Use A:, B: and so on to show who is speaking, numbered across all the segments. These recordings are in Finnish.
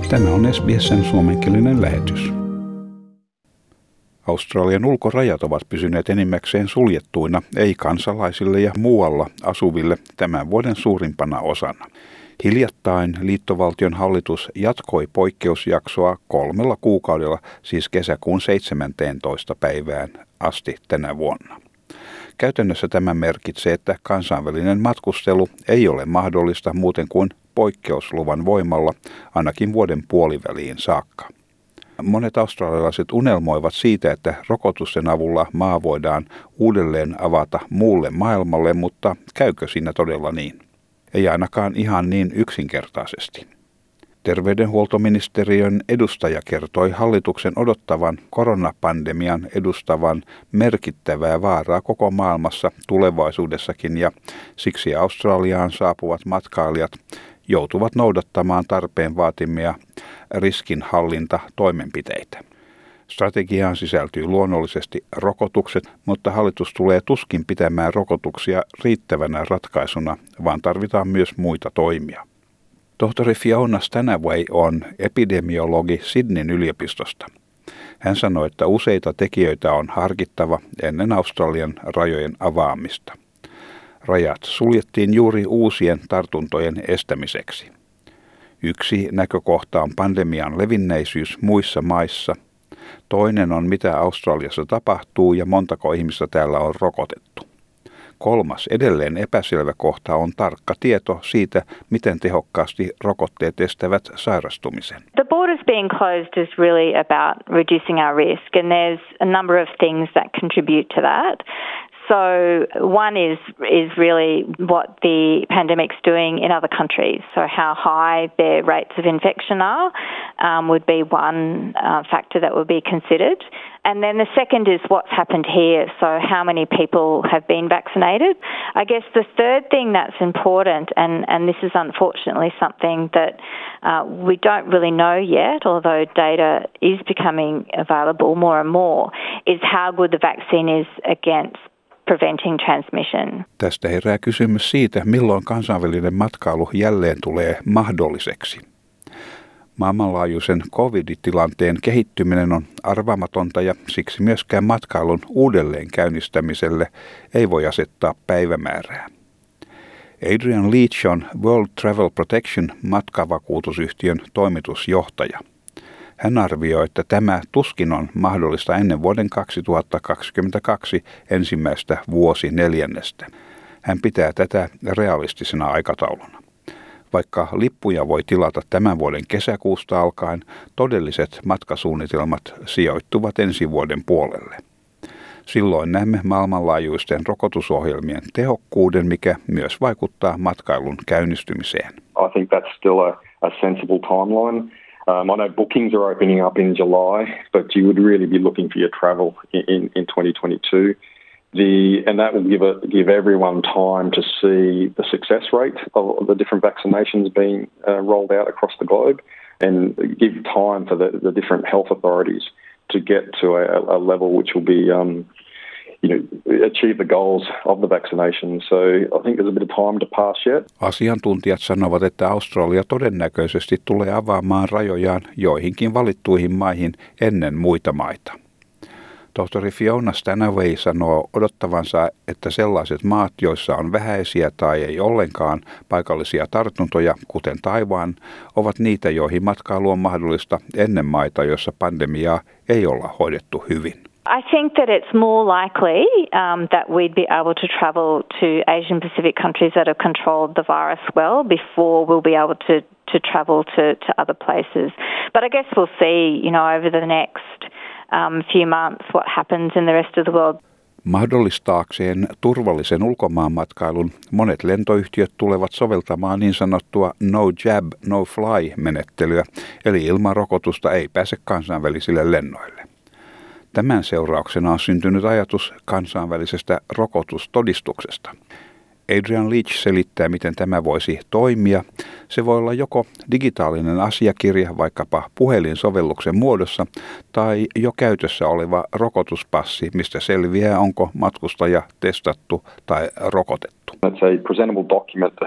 A: Tämä on SBS:n suomenkielinen lähetys. Australian ulkorajat ovat pysyneet enimmäkseen suljettuina ei-kansalaisille ja muualla asuville tämän vuoden suurimpana osana. Hiljattain liittovaltion hallitus jatkoi poikkeusjaksoa 3 kuukaudella, siis kesäkuun 17. päivään asti tänä vuonna. Käytännössä tämä merkitsee, että kansainvälinen matkustelu ei ole mahdollista muuten kuin poikkeusluvan voimalla ainakin vuoden puoliväliin saakka. Monet australialaiset unelmoivat siitä, että rokotusten avulla maa voidaan uudelleen avata muulle maailmalle, mutta käykö siinä todella niin? Ei ainakaan ihan niin yksinkertaisesti. Terveydenhuoltoministeriön edustaja kertoi hallituksen odottavan koronapandemian edustavan merkittävää vaaraa koko maailmassa tulevaisuudessakin ja siksi Australiaan saapuvat matkailijat joutuvat noudattamaan tarpeen vaatimia riskinhallintatoimenpiteitä. Strategiaan sisältyy luonnollisesti rokotukset, mutta hallitus tulee tuskin pitämään rokotuksia riittävänä ratkaisuna, vaan tarvitaan myös muita toimia. Tohtori Fiona Stanaway on epidemiologi Sydneyn yliopistosta. Hän sanoi, että useita tekijöitä on harkittava ennen Australian rajojen avaamista. Rajat suljettiin juuri uusien tartuntojen estämiseksi. Yksi näkökohta on pandemian levinneisyys muissa maissa. Toinen on, mitä Australiassa tapahtuu ja montako ihmistä täällä on rokotettu. Kolmas, edelleen epäselvä kohta on tarkka tieto siitä, miten tehokkaasti rokotteet estävät sairastumisen.
B: The borders being closed is really about reducing our risk, and there's a number of things that contribute to that. So one is really what the pandemic's doing in other countries. So how high their rates of infection are would be one factor that would be considered. And then the second is what's happened here. So how many people have been vaccinated. I guess the third thing that's important, and this is unfortunately something that we don't really know yet, although data is becoming available more and more, is how good the vaccine is against preventing transmission.
A: Tästä herää kysymys siitä, milloin kansainvälinen matkailu jälleen tulee mahdolliseksi. Maailmanlaajuisen covid-tilanteen kehittyminen on arvaamatonta ja siksi myöskään matkailun uudelleen käynnistämiselle ei voi asettaa päivämäärää. Adrian Leach on World Travel Protection matkavakuutusyhtiön toimitusjohtaja. Hän arvioi, että tämä tuskin on mahdollista ennen vuoden 2022 ensimmäistä vuosineljännestä. Hän pitää tätä realistisena aikatauluna. Vaikka lippuja voi tilata tämän vuoden kesäkuusta alkaen, todelliset matkasuunnitelmat sijoittuvat ensi vuoden puolelle. Silloin näemme maailmanlaajuisten rokotusohjelmien tehokkuuden, mikä myös vaikuttaa matkailun käynnistymiseen.
C: I think that's still a sensible timeline. I know bookings are opening up in July, but you would really be looking for your travel in 2022. And that will give everyone time to see the success rate of the different vaccinations being rolled out across the globe and give time for the different health authorities to get to a level which will be achieve the goals of the vaccination. So I think there's a bit of time to pass yet.
A: Asiantuntijat sanovat, että Australia todennäköisesti tulee avaamaan rajojaan joihinkin valittuihin maihin ennen muita maita. Tohtori Fiona Stanaway sanoo odottavansa, että sellaiset maat, joissa on vähäisiä tai ei ollenkaan paikallisia tartuntoja, kuten Taiwan, ovat niitä, joihin matkailu on mahdollista ennen maita, joissa pandemiaa ei olla hoidettu hyvin.
B: I think that it's more likely that we'd be able to travel to Asian Pacific countries that have controlled the virus well before we'll be able to travel to other places. But I guess we'll see, over the next few months what happens in the rest of the world.
A: Mahdollistaakseen turvallisen ulkomaanmatkailun monet lentoyhtiöt tulevat soveltamaan niin sanottua no jab, no fly -menettelyä, eli ilman rokotusta ei pääse kansainvälisille lennoille. Tämän seurauksena on syntynyt ajatus kansainvälisestä rokotustodistuksesta. Adrian Leach selittää, miten tämä voisi toimia. Se voi olla joko digitaalinen asiakirja, vaikkapa puhelinsovelluksen muodossa, tai jo käytössä oleva rokotuspassi, mistä selviää, onko matkustaja testattu tai rokotettu.
C: It's a presentable document to help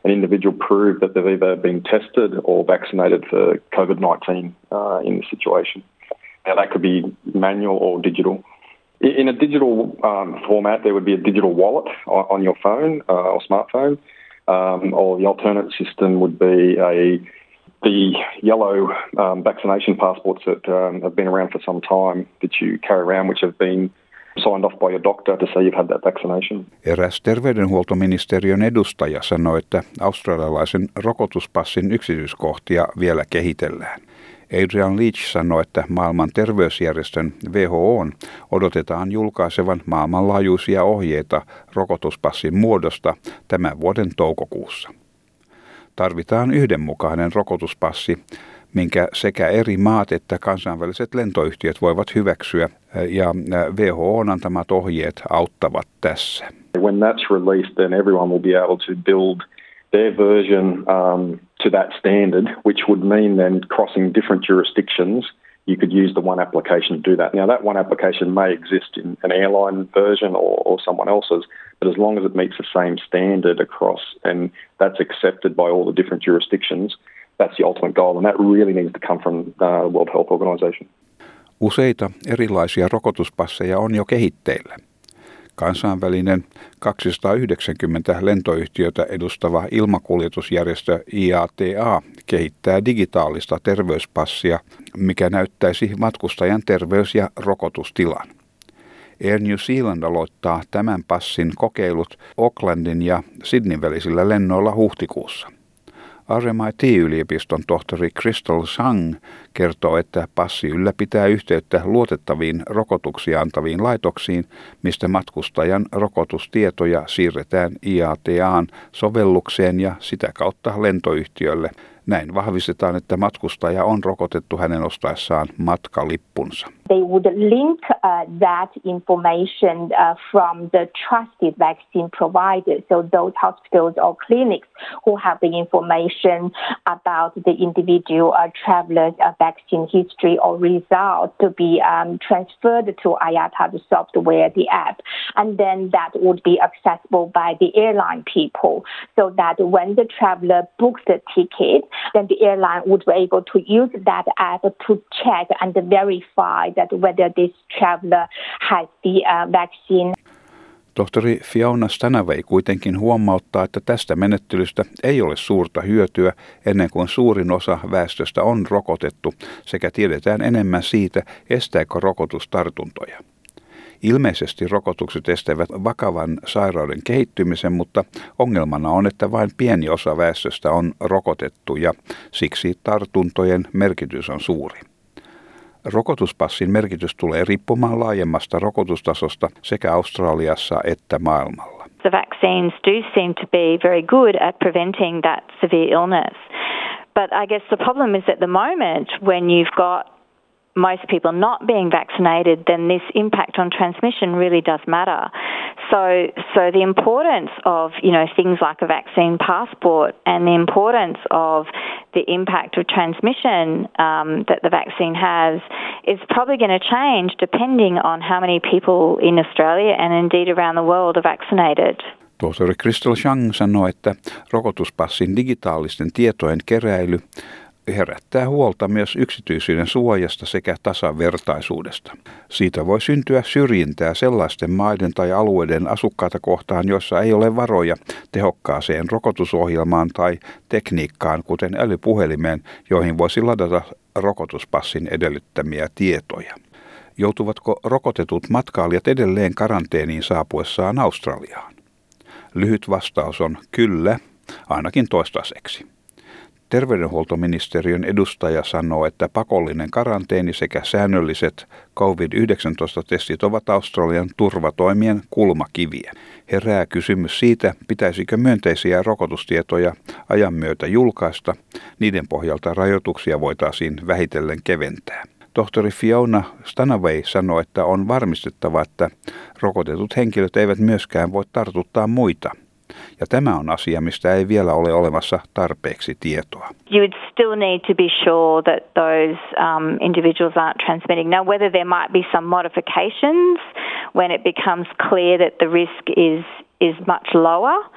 C: an individual prove that they've either been tested or vaccinated for COVID-19 in this situation. Now, that could be manual or digital. In a digital format, there would be a digital wallet on your phone or smartphone, or the alternate system would be the yellow vaccination passports that have been around for some time that you carry around, which have been signed off by your doctor to say you've had that vaccination.
A: Eräs terveydenhuoltoministeriön edustaja sanoi, että australialaisen rokotuspassin yksityiskohtia vielä kehitellään. Adrian Leach sanoi, että maailman terveysjärjestön WHO:n odotetaan julkaisevan maailmanlaajuisia ohjeita rokotuspassin muodosta tämän vuoden toukokuussa. Tarvitaan yhdenmukainen rokotuspassi, minkä sekä eri maat että kansainväliset lentoyhtiöt voivat hyväksyä, ja WHO:n antamat ohjeet auttavat tässä.
C: When that's released, then everyone will be able to build their version to that standard, which would mean then crossing different jurisdictions, you could use the one application to do that. Now, that one application may exist in an airline version or someone else's, but as long as it meets the same standard across and that's accepted by all the different jurisdictions, that's the ultimate goal, and that really needs to come from the World Health Organization.
A: Useita erilaisia rokotuspasseja on jo kehitteillä. Kansainvälinen 290 lentoyhtiötä edustava ilmakuljetusjärjestö IATA kehittää digitaalista terveyspassia, mikä näyttäisi matkustajan terveys- ja rokotustilan. Air New Zealand aloittaa tämän passin kokeilut Aucklandin ja Sydneyn välisillä lennoilla huhtikuussa. RMIT-yliopiston tohtori Crystal Zhang kertoo, että passi ylläpitää yhteyttä luotettaviin rokotuksia antaviin laitoksiin, mistä matkustajan rokotustietoja siirretään IATA:n sovellukseen ja sitä kautta lentoyhtiölle. Näin vahvistetaan, että matkustaja on rokotettu hänen ostaessaan matkalippunsa.
D: They would link that information from the trusted vaccine providers, so those hospitals or clinics who have the information about the individual traveler's vaccine history or result to be transferred to IATA, the software, the app, and then that would be accessible by the airline people, so that when the traveler books the ticket, then the airline would be able to use that app to check and verify that whether this traveler has the vaccine.
A: Tohtori Fiona Stanaway kuitenkin huomauttaa, että tästä menettelystä ei ole suurta hyötyä ennen kuin suurin osa väestöstä on rokotettu sekä tiedetään enemmän siitä, estääkö rokotus tartuntoja. Ilmeisesti rokotukset estävät vakavan sairauden kehittymisen, mutta ongelmana on, että vain pieni osa väestöstä on rokotettu ja siksi tartuntojen merkitys on suuri. Rokotuspassin merkitys tulee riippumaan laajemmasta rokotustasosta sekä Australiassa että maailmalla.
B: The vaccines do seem to be very good at preventing that severe illness. But I guess the problem is at the moment when you've got most people not being vaccinated, then this impact on transmission really does matter. So the importance of, things like a vaccine passport and the importance of the impact of transmission that the vaccine has is probably going to change depending on how many people in Australia and indeed around the world are vaccinated.
A: Tohtori Crystal Zhang sanoi, että rokotuspassin digitaalisten tietojen keräily herättää huolta myös yksityisyyden suojasta sekä tasavertaisuudesta. Siitä voi syntyä syrjintää sellaisten maiden tai alueiden asukkaita kohtaan, joissa ei ole varoja tehokkaaseen rokotusohjelmaan tai tekniikkaan, kuten älypuhelimeen, joihin voisi ladata rokotuspassin edellyttämiä tietoja. Joutuvatko rokotetut matkailijat edelleen karanteeniin saapuessaan Australiaan? Lyhyt vastaus on kyllä, ainakin toistaiseksi. Terveydenhuoltoministeriön edustaja sanoo, että pakollinen karanteeni sekä säännölliset COVID-19-testit ovat Australian turvatoimien kulmakiviä. Herää kysymys siitä, pitäisikö myönteisiä rokotustietoja ajan myötä julkaista. Niiden pohjalta rajoituksia voitaisiin vähitellen keventää. Tohtori Fiona Stanaway sanoi, että on varmistettava, että rokotetut henkilöt eivät myöskään voi tartuttaa muita. Ja tämä on asia, mistä ei vielä ole olemassa tarpeeksi tietoa.
B: You would still need to be sure that those individuals aren't transmitting. Now, whether there might be some modifications when it becomes clear that the risk is much lower,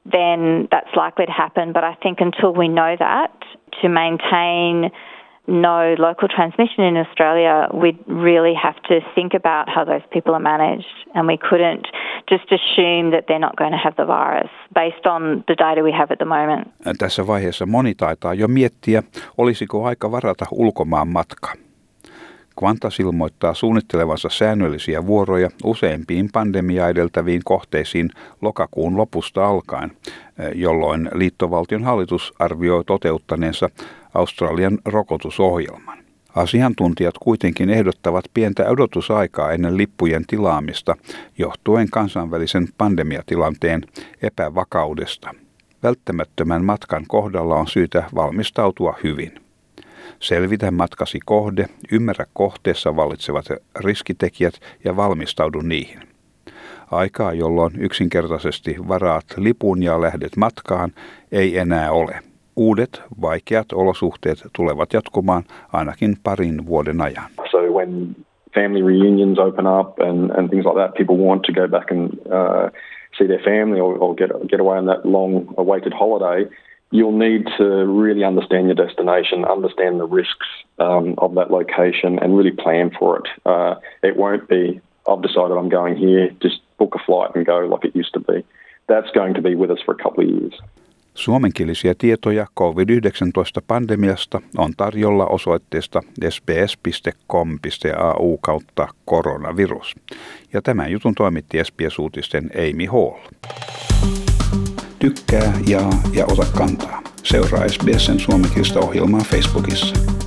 B: then that's likely to happen. But I think until we know that, to maintain no local transmission in Australia, we'd really have to think about how those people are managed. And we couldn't just assume that they're not going to have the virus based on the data we have at the moment.
A: Tässä vaiheessa moni taitaa jo miettiä, olisiko aika varata ulkomaan matka. Qantas ilmoittaa suunnittelevansa säännöllisiä vuoroja useimpiin pandemiaa edeltäviin kohteisiin lokakuun lopusta alkaen, jolloin liittovaltion hallitus arvioi toteuttaneensa Australian rokotusohjelman. Asiantuntijat kuitenkin ehdottavat pientä odotusaikaa ennen lippujen tilaamista johtuen kansainvälisen pandemiatilanteen epävakaudesta. Välttämättömän matkan kohdalla on syytä valmistautua hyvin. Selvitä matkasi kohde, ymmärrä kohteessa vallitsevat riskitekijät ja valmistaudu niihin. Aikaa, jolloin yksinkertaisesti varaat lipun ja lähdet matkaan, ei enää ole. Uudet, vaikeat olosuhteet tulevat jatkumaan ainakin parin vuoden ajan.
C: So when family reunions open up and things like that, people want to go back and see their family or get away on that long awaited holiday, you'll need to really understand your destination, understand the risks of that location and really plan for it. It won't be, I've decided I'm going here, just book a flight and go like it used to be. That's going to be with us for a couple of years.
A: Suomenkielisiä tietoja COVID-19-pandemiasta on tarjolla osoitteesta sbs.com.au/koronavirus. Ja tämän jutun toimitti SBS-uutisten Amy Hall. Tykkää, jaa ja ota kantaa. Seuraa SBS:n suomenkielistä ohjelmaa Facebookissa.